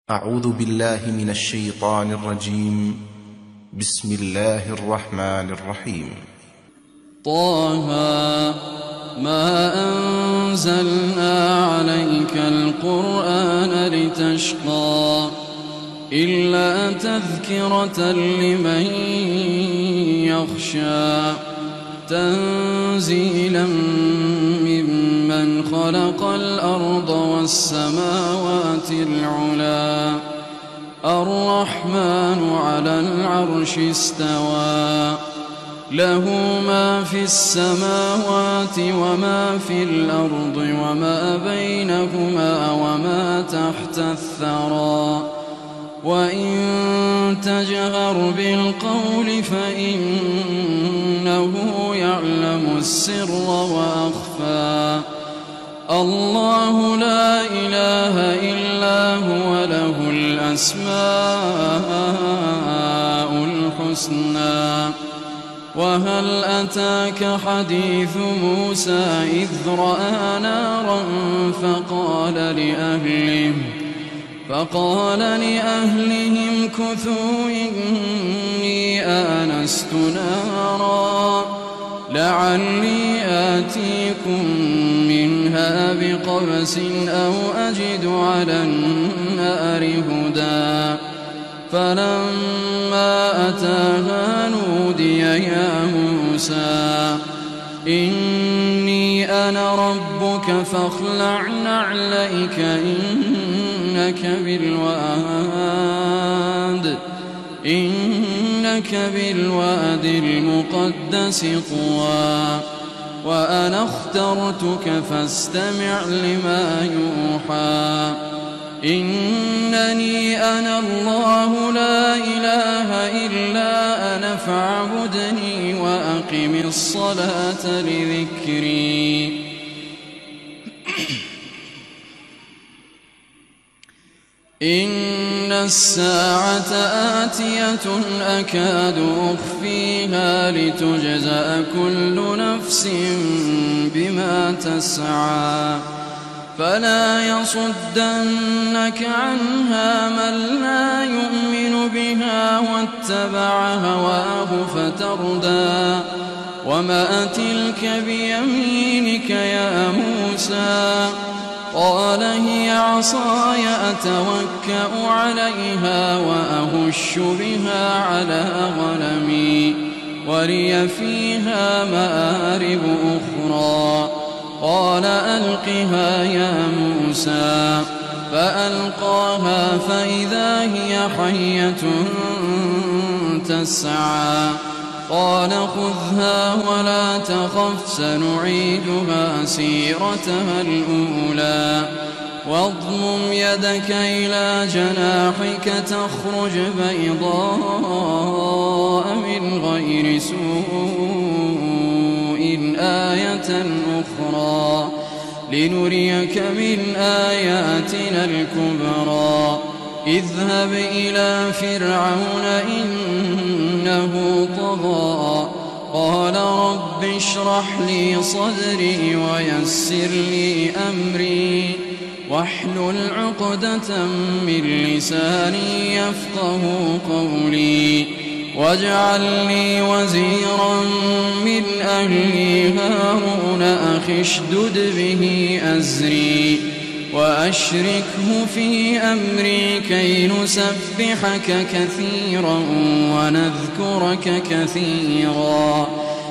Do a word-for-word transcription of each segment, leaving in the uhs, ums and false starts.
أعوذ بالله من الشيطان الرجيم. بسم الله الرحمن الرحيم. طه ما أنزلنا عليك القرآن لتشقى إلا تذكرة لمن يخشى تنزيلا ممن خلق الأرض والسماوات العلى الرحمن على العرش استوى له ما في السماوات وما في الأرض وما بينهما وما تحت الثرى وإن تجهر بالقول فإنه يعلم السر وأخفى الله لا إله إلا هو له الأسماء الحسنى وهل أتاك حديث موسى إذ رأى نارا فقال لأهله فقال لأهلهم كثوا إني آنست نارا لعلي آتيكم منها بقبس أو أجد على النار هدى فلما أتاها نودي يا موسى إني أنا ربك فاخلع نعليك إنك بالواد إنك بالواد المقدس طوى وأنا اخترتك فاستمع لما يوحى إنني أنا الله لا إله إلا أنا فاعبدني وأقم الصلاة لذكري إن الساعة آتية أكاد أخفيها لتجزى كل نفس بما تسعى فلا يصدنك عنها من لا يؤمن بها واتبع هواه فتردى وما تلك بيمينك يا موسى قال هي عصاي أتوكأ عليها وأهش بها على غنمي ولي فيها مآرب أخرى قال ألقها يا موسى فألقاها فإذا هي حية تسعى قال خذها ولا تخف سنعيدها سيرتها الأولى واضمم يدك إلى جناحك تخرج بيضاء من غير سوء آية أخرى لنريك من آياتنا الكبرى اذهب إلى فرعون إنه طغى قال رب اشرح لي صدري ويسر لي أمري واحلل عقدة من لساني يفقه قولي واجعل لي وزيرا من أهلي هارون أخي اشدد به أزري وأشركه في أمري كي نسبحك كثيرا ونذكرك كثيرا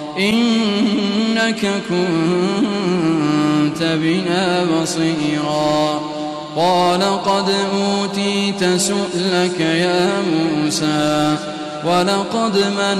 إنك كنت بنا بصيرا قال قد أوتيت سؤلك يا موسى ولقد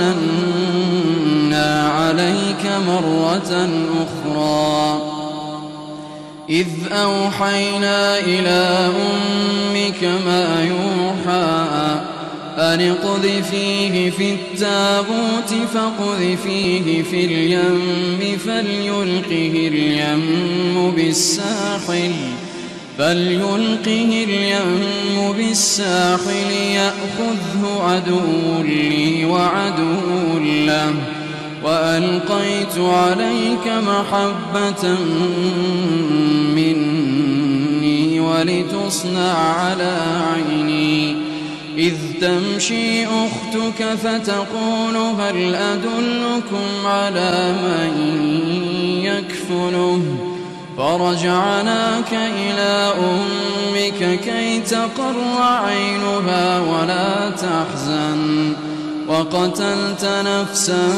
مننا عليك مرة أخرى إذ أوحينا إلى أمك ما يوحى أن اقذفيه في التابوت فاقذفيه في اليم فليلقه اليم بالساحل فليلقه اليم بالساحل يأخذه عدو لي وعدو له وألقيت عليك محبة مني ولتصنع على عيني إذ تمشي أختك فتقول هل أدلكم على من يكفله فرجعناك إلى أمك كي تقر عينها ولا تحزن وقتلت نفسا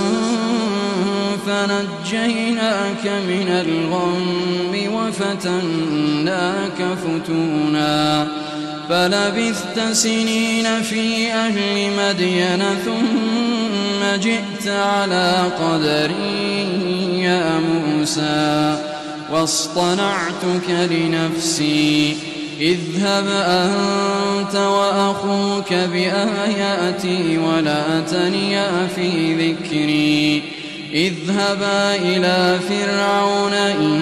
فنجيناك من الغم وفتناك فتونا فلبثت سنين في أهل مدين ثم جئت على قدري يا موسى واصطنعتك لنفسي اذهب أنت وأخوك بآياتي ولا تنيا في ذكري اذهبا إلى فرعون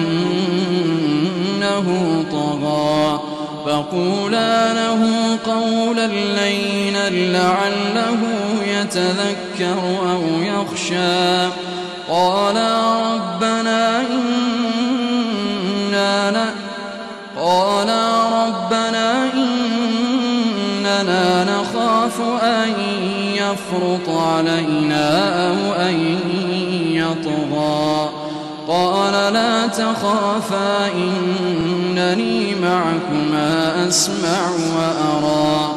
إنه طغى فقولا له قولا لينا لعله يتذكر أو يخشى قالا ربنا إننا قالا ربنا إننا نخاف أن يفرط علينا أو أن يطغى قال لا تخافا إنني معكما أسمع وأرى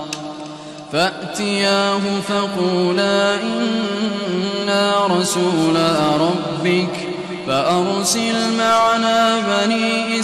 فأتياه فقولا إنا رسولا ربك فأرسل معنا بني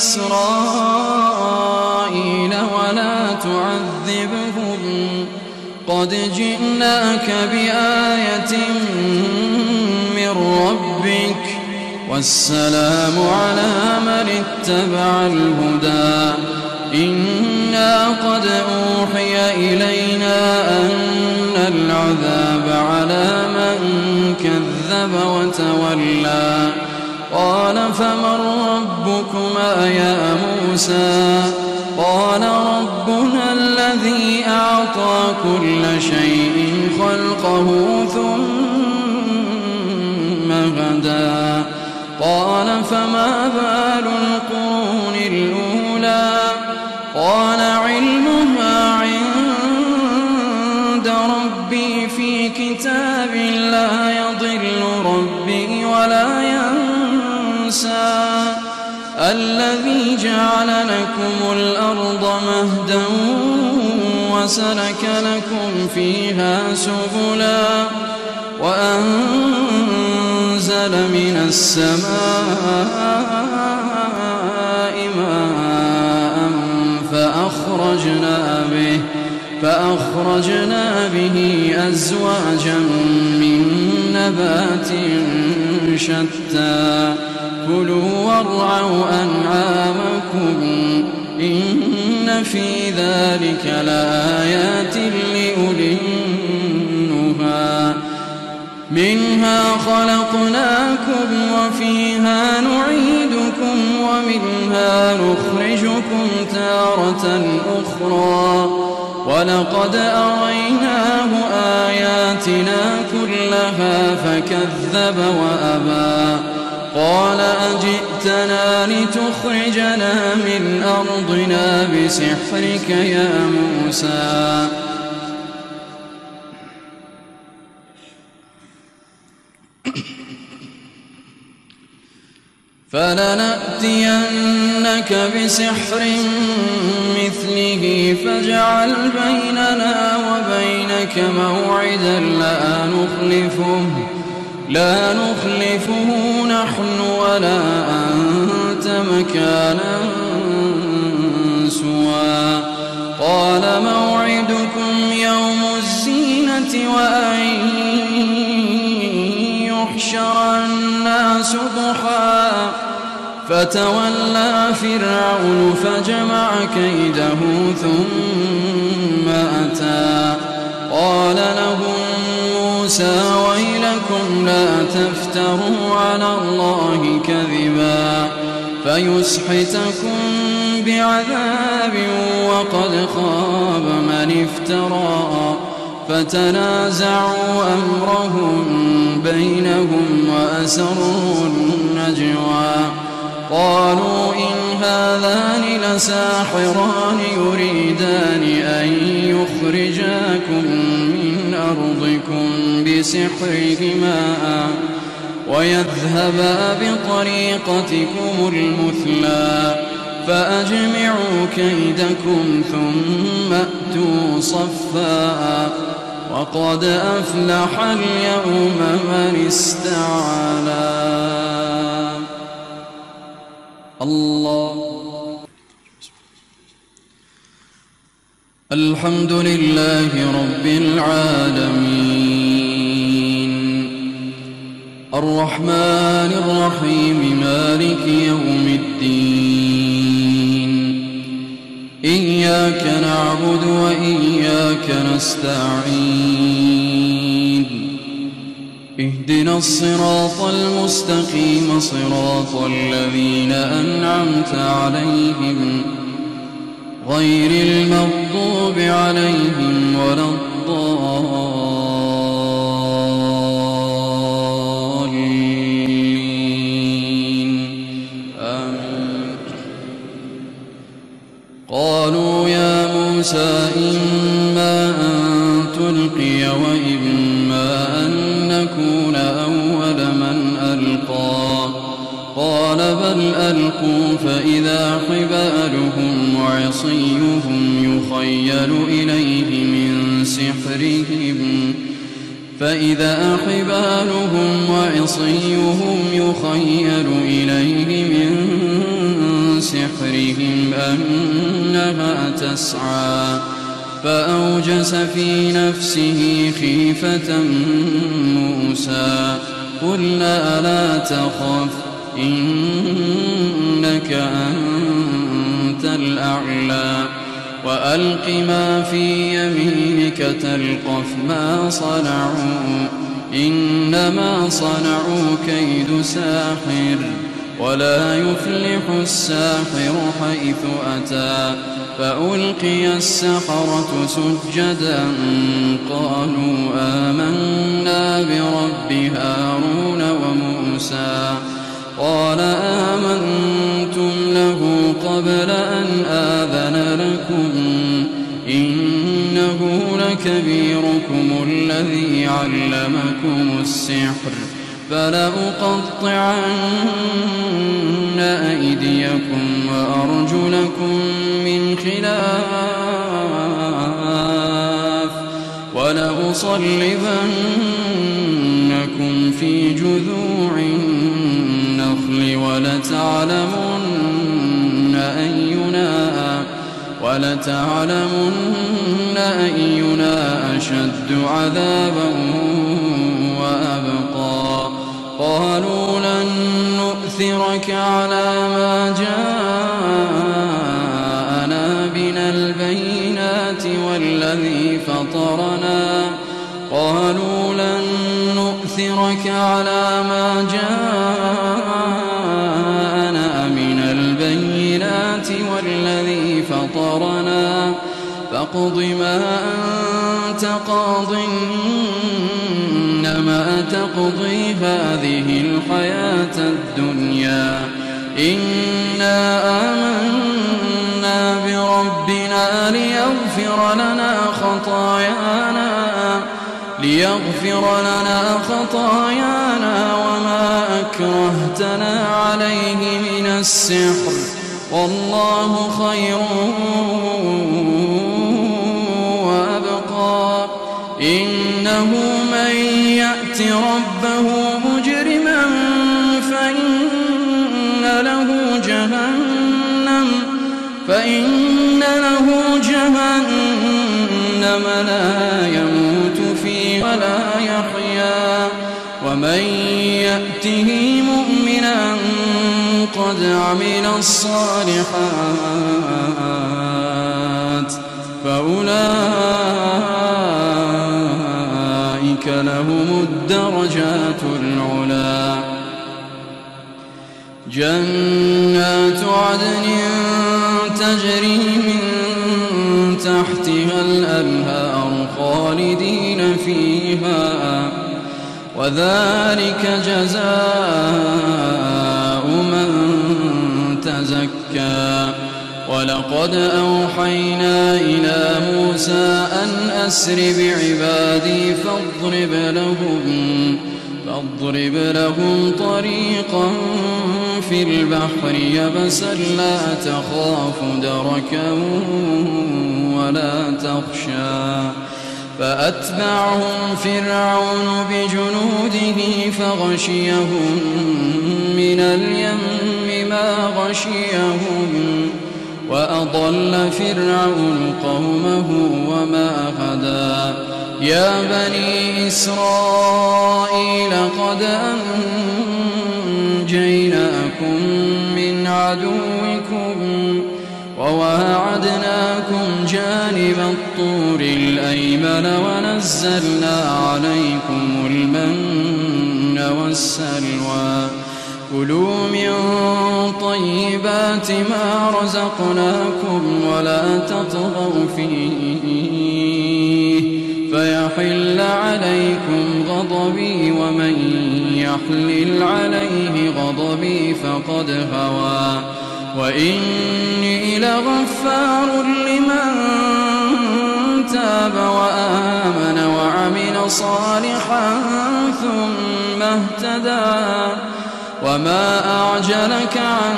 إسرائيل ولا تعذبهم قد جئناك بآية من ربك والسلام على من اتبع الهدى إنا قد أوحي إلينا أن العذاب على من كذب وتولى قال فمن ربكما يا موسى قال ربنا الذي أعطى كل شيء خلقه ثم هدى قال فما بال القرون الأولى قال علمها عند ربي في كتاب لا يضل ربي ولا ينسى الذي جعل لكم الأرض مهدا وسلك لكم فيها سبلا وأنزل من السماء ماء فأخرجنا به فأخرجنا به أزواجا من نبات شتى كلوا وارعوا أنعامكم إن في ذلك لآيات لأولي النهى منها خلقناكم وفيها نعيدكم ومنها نخرجكم تارة أخرى ولقد أريناه آياتنا كلها فكذب وأبى قال أجئتنا لتخرجنا من أرضنا بسحرك يا موسى فلنأتينك بسحر مثله فاجعل بيننا وبينك موعدا لا نخلفه لا نخلفه نحن ولا أنت مكانا سوى قال موعدكم يوم الزينة وأن يحشر الناس ضحى فتولى فرعون فجمع كيده ثم أتى قال لهم موسى ويلكم لا تفتروا على الله كذبا فيسحتكم بعذاب وقد خاب من افترى فتنازعوا أمرهم بينهم وأسروا النجوى قالوا إن هذان لساحران يريدان أن يخرجاكم من أرضكم بسحرهما ويذهبا بطريقتكم المثلى فأجمعوا كيدكم ثم أتوا صفا وقد أفلح اليوم من استعلى. الله. الحمد لله رب العالمين الرحمن الرحيم مالك يوم الدين إياك نعبد وإياك نستعين اهدنا الصراط المستقيم صراط الذين أنعمت عليهم غير المغضوب عليهم ولا الضالين آمين. قالوا يا موسى إما أن تلقي وإما أن نكون أول من ألقى قال بل ألقوا فإذا حبالهم وعصيهم يخيل إليه من سحرهم فإذا حبالهم وعصيهم يخيل إليه من سحرهم أنها تسعى فأوجس في نفسه خيفة موسى قلنا لا تخف إنك أنت الأعلى وألق ما في يمينك تلقف ما صنعوا إنما صنعوا كيد ساحر ولا يفلح الساحر حيث أتى فألقي السحرة سجدا قالوا آمنا برب هارون وموسى قال آمنتم له قبل أن آذن لكم إنه لكبيركم الذي علمكم السحر فلأقطعن أيديكم وأرجلكم من خلاف ولأصلبنكم في جذوع النخل ولتعلمن أينا ولتعلمن أينا أشد عذابا وأبقى قالوا لن نؤثرك على ما جاءنا من البينات والذي فطرنا قالوا لن نؤثرك على ما جاءنا من البينات والذي فطرنا فاقض ما أنت قاض إنما تقضي هذه الحياة الدنيا إنا آمنا بربنا ليغفر لنا خطايانا ليغفر لنا خطايانا وما أكرهتنا عليه من السحر والله خير وأبقى إنه من يأت ربه مجرما فإن له جهنم فإن له جهنم لا يموت فيها ولا يحيا ومن يأته مؤمنا قد عمل الصالحات فأولئك لهم الدرجات العلا جنات عدن تجري من تحتها الأنهار خالدين فيها وذلك جزاء من ولقد أوحينا إلى موسى أن أسر بعبادي فاضرب لهم فاضرب لهم طريقا في البحر يبسا لا تخاف دركا ولا تخشى فأتبعهم فرعون بجنوده فغشيهم من اليم ما غشيهم وأضل فرعون قومه وما هدى يا بني إسرائيل قد أنجيناكم من عدوكم وواعدناكم جانب الطور الأيمن ونزلنا عليكم المن والسلوى كلوا من طيبات ما رزقناكم ولا تطغوا فيه فيحل عليكم غضبي ومن يحلل عليه غضبي فقد هوى وإني لغفار لمن تاب وآمن وعمل صالحا ثم اهتدى وما أعجلك عن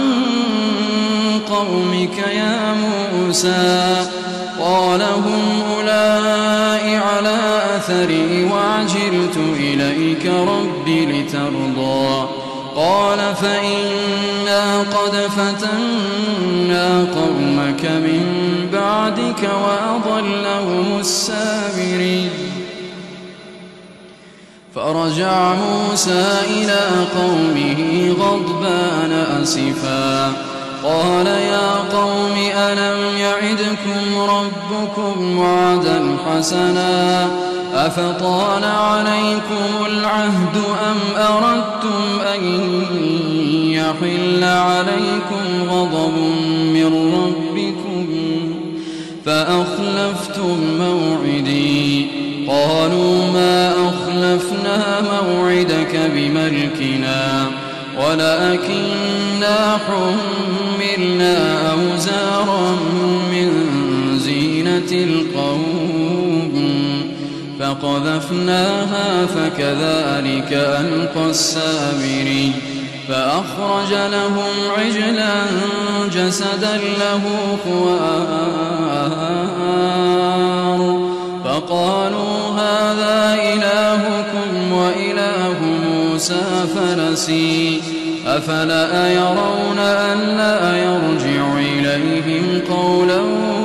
قومك يا موسى قال هم أولئك على أثري وعجلت إليك رب لترضى قال فإنا قد فتنا قومك من بعدك وأضلهم السامرين فرجع موسى إلى قومه غضبان أسفا قال يا قوم ألم يعدكم ربكم وعدا حسنا أفطال عليكم العهد أم أردتم أن يحل عليكم غضب من ربكم فأخلفتم موعدي قالوا ما أخلفنا موعدك بملكنا ولكننا حملنا أوزارا من زينة القوم فقذفناها فكذلك ألقى السامري فأخرج لهم عجلا جسدا له خوار فقالوا هذا إلهكم وإله موسى فنسي أفلا يرون ألا يرجع إليهم قولا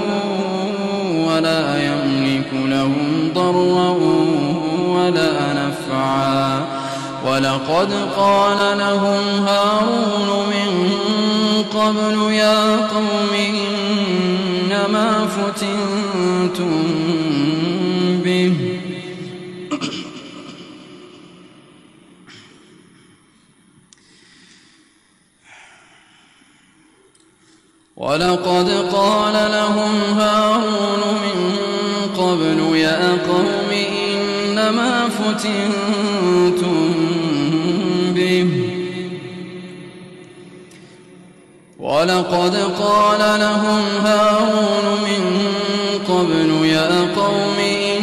ولا يملك لهم ضرا ولا نفعا ولقد قال لهم هارون من قبل يا قوم إنما فتنتم به ولقد قال لهم هارون من قبل يا قوم إنما فتنتم به ولقد قال لهم هارون من قبل يا قوم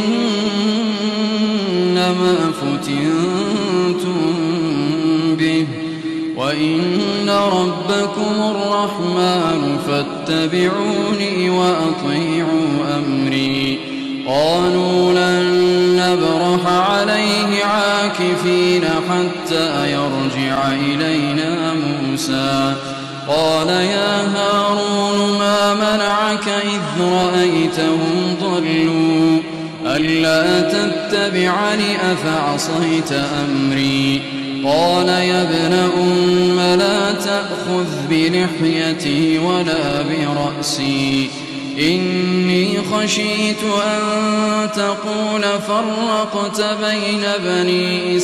إنما فتنتم به وإن ربكم الرحمن فاتبعوني وأطيعوا أمري قالوا لن نبرح عليه عاكفين حتى يرجع إلينا موسى قال يا هارون ما منعك إذ رأيتهم ضلوا ألا تتبعني أفعصيت أمري قال يا ابن أم لا تأخذ بلحيتي ولا برأسي إني خشيت أن تقول فرقت بين بني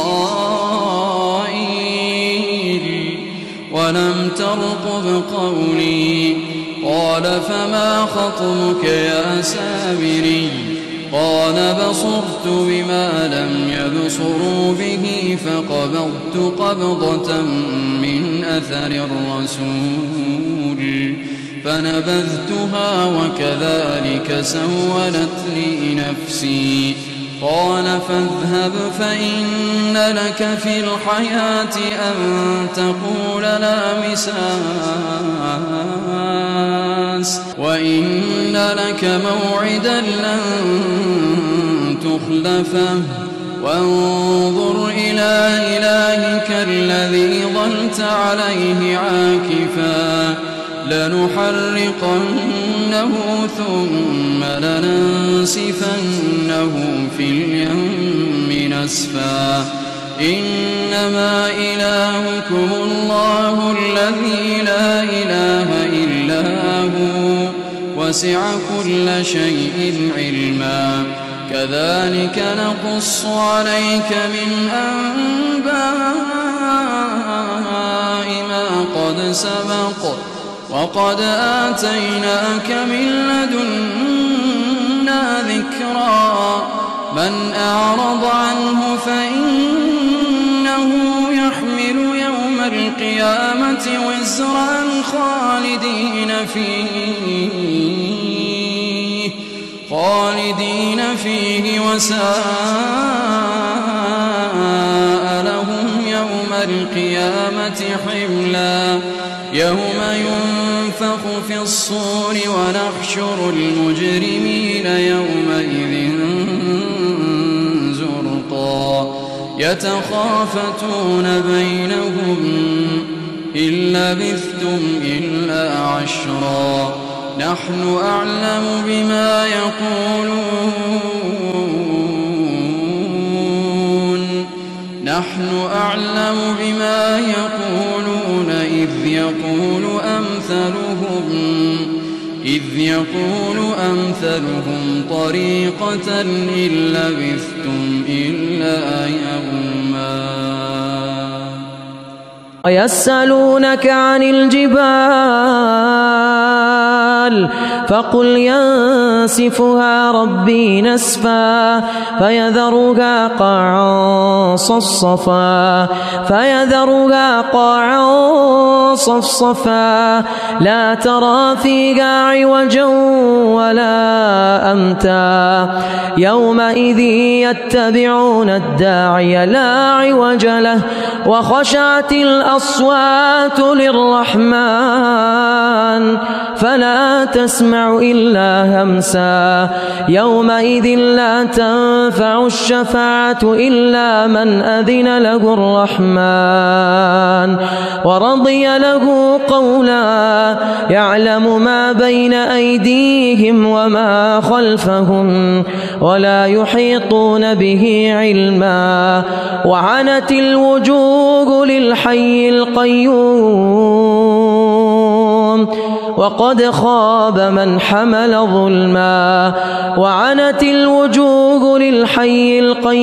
إسرائيل ولم ترقب قولي قال فما خطبك يا سامري قال بصرت بما لم يبصروا به فقبضت قبضة من أثر الرسول فنبذتها وكذلك سولت لي نفسي. قال فاذهب فإن لك في الحياة أن تقول لا مساس وإن لك موعدا لن تخلفه وانظر إلى إلهك الذي ظلت عليه عاكفا لنحرقنه ثم لننسفنه في اليم نسفا. إنما إلهكم الله الذي لا إله إلا هو وسع كل شيء علما. كذلك نقص عليك من أنباء ما قد سبق وقد آتيناك من لدنا ذكرا. من أعرض عنه فإنه يحمل يوم القيامة وزرا خالدين فيه خالدين فيه وساء لهم يوم القيامة حملا. يوم ينفخ في الصور ونحشر المجرمين يومئذ زرقا يتخافتون بينهم إن لبثتم إلا عشرا. نحن أعلم بما يقولون نحن أعلم بما يقولون إذ يقول أمثلهم إذ يقول أمثلهم طريقة إن لبثتم إلا يوما. ويسألونك عن الجبال فقل ينسفها ربي نسفا فيذرها قاعا صفصفا فيذرها قاعا صفصفا لا ترى فيها عوجا ولا أمتا. يومئذ يتبعون الداعي لا عوج له وخشعت الأصوات للرحمن فلا تسمع إلا همسا. يومئذ لا تنفع الشفاعة إلا من أذن له الرحمن ورضي له قولا. يعلم ما بين أيديهم وما خلفهم ولا يحيطون به علما. وعنت الوجوه للحي القيوم وقد خاب من حمل ظلما. وعنت الوجوه للحي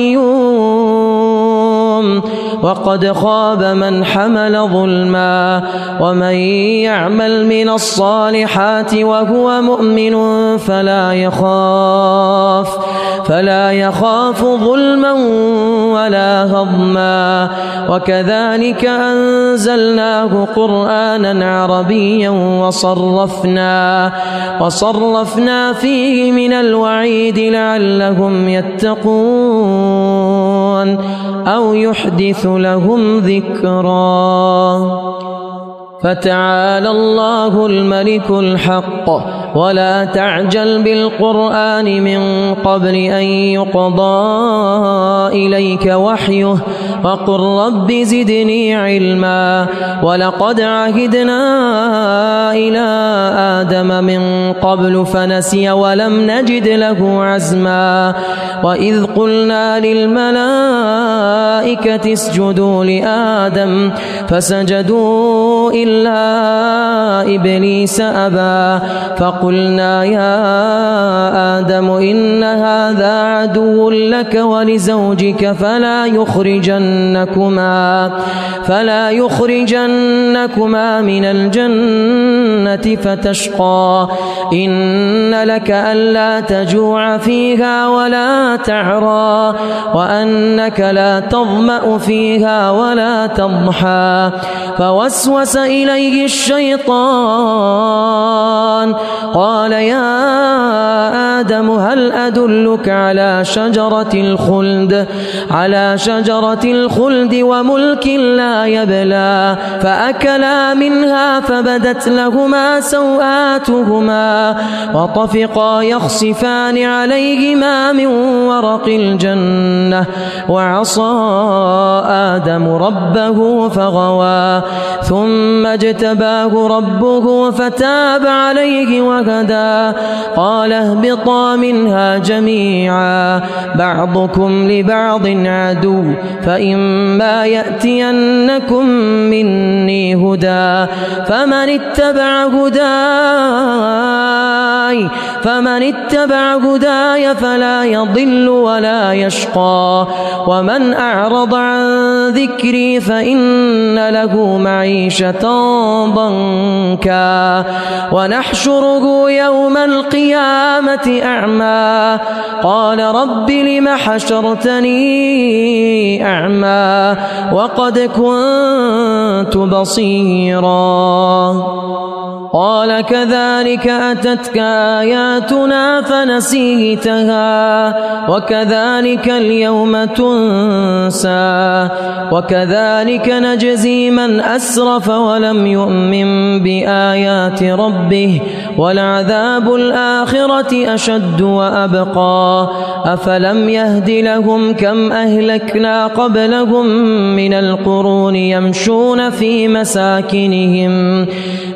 القيوم وقد خاب من حمل ظلما. ومن يعمل من الصالحات وهو مؤمن فلا يخاف فلا يخاف ظلما ولا هضما. وكذلك أنزلناه قرآنا عربيا وصرفنا وصرفنا فيه من الوعيد لعلهم يتقون أو يحدث لهم ذكرا. فتعالى الله الملك الحق ولا تعجل بالقرآن من قبل أن يقضى إليك وحيه وقل رب زدني علما. ولقد عهدنا إلى آدم من قبل فنسي ولم نجد له عزما. وإذ قلنا للملائكة اسجدوا لآدم فسجدوا إلا إبليس أبى. فقلنا يا آدم إن هذا عدو لك ولزوجك فلا يخرجنكما فلا يخرجنكما من الجنة فتشقى. إن لك ألا تجوع فيها ولا تعرى وأنك لا تظمأ فيها ولا تضحى. فوسوس إليه الشيطان قال يا آدم هل أدلك على شجرة الخلد على شجرة الخلد وملك لا يبلى فأكلا منها فبدت لهما سوآتهما وطفقا يخصفان عليهما من ورق الجنة وعصى آدم ربه فغوى ثم اجتباه ربه فتاب عليه وهدى قال اهبطا منها جميعا بعضكم لبعض عدو فإما يأتينكم مني هدى فمن اتبع هداي فمن اتبع هداي فلا يضل ولا يشقى ومن أعرض عن ذكري فإن له معيشة ضنكا ونحشره يوم القيامة أعمى قال رب لم حشرتني أعمى وقد كنت بصيرا قال كذلك أتتك آياتنا فنسيتها وكذلك اليوم تنسى وكذلك نجزي من أسرف ولم يؤمن بآيات ربه ولعذاب الآخرة أشد وأبقى أفلم يهد لهم كم أهلكنا قبلهم من القرون يمشون في مساكنهم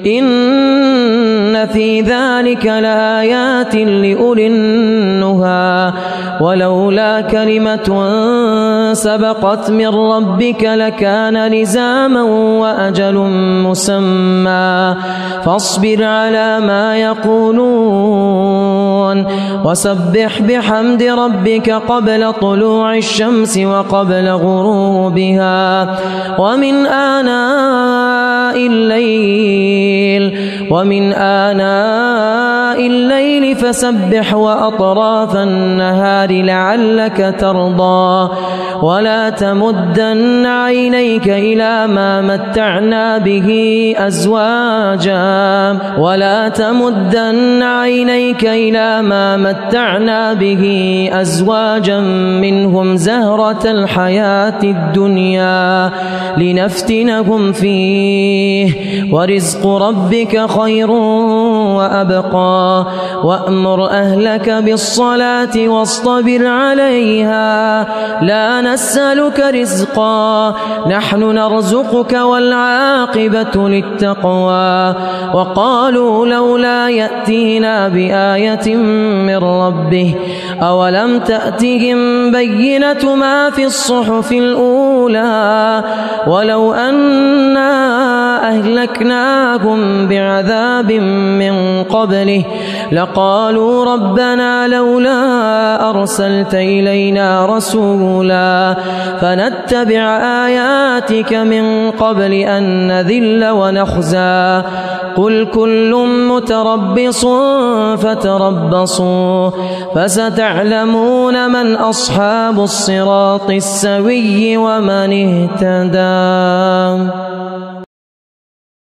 إن في ذلك لآيات لأولي النهى ولولا كلمة سبقت من ربك لكان لزاما وأجل مسمى فاصبر على ما يقولون وسبح بحمد ربك قبل طلوع الشمس وقبل غروبها ومن آناء الليل ومن آناء الليل فسبح وأطراف النهار لعلك ترضى ولا تمدن عينيك إلى ما متعنا به أزواجا ولا تمدن عينيك إلى ما متعنا به أزواجا منهم زهرة الحياة الدنيا لنفتنهم فيه ورزق ربك خير وأبقى وأمر أهلك بالصلاة واصطبر عليها لا نسألك رزقا نحن نرزقك والعاقبة للتقوى وقالوا لولا يأتينا بآية من ربه أولم تأتهم بينة ما في الصحف الأولى ولو أنا أهلكناهم بعذاب من قبله لقالوا ربنا لولا أرسلت إلينا رسولا فنتبع آياتك من قبل أن نذل ونخزى قل كل متربص فتربصوا فستعلمون من أصحاب الصراط السوي ومن اهتدى.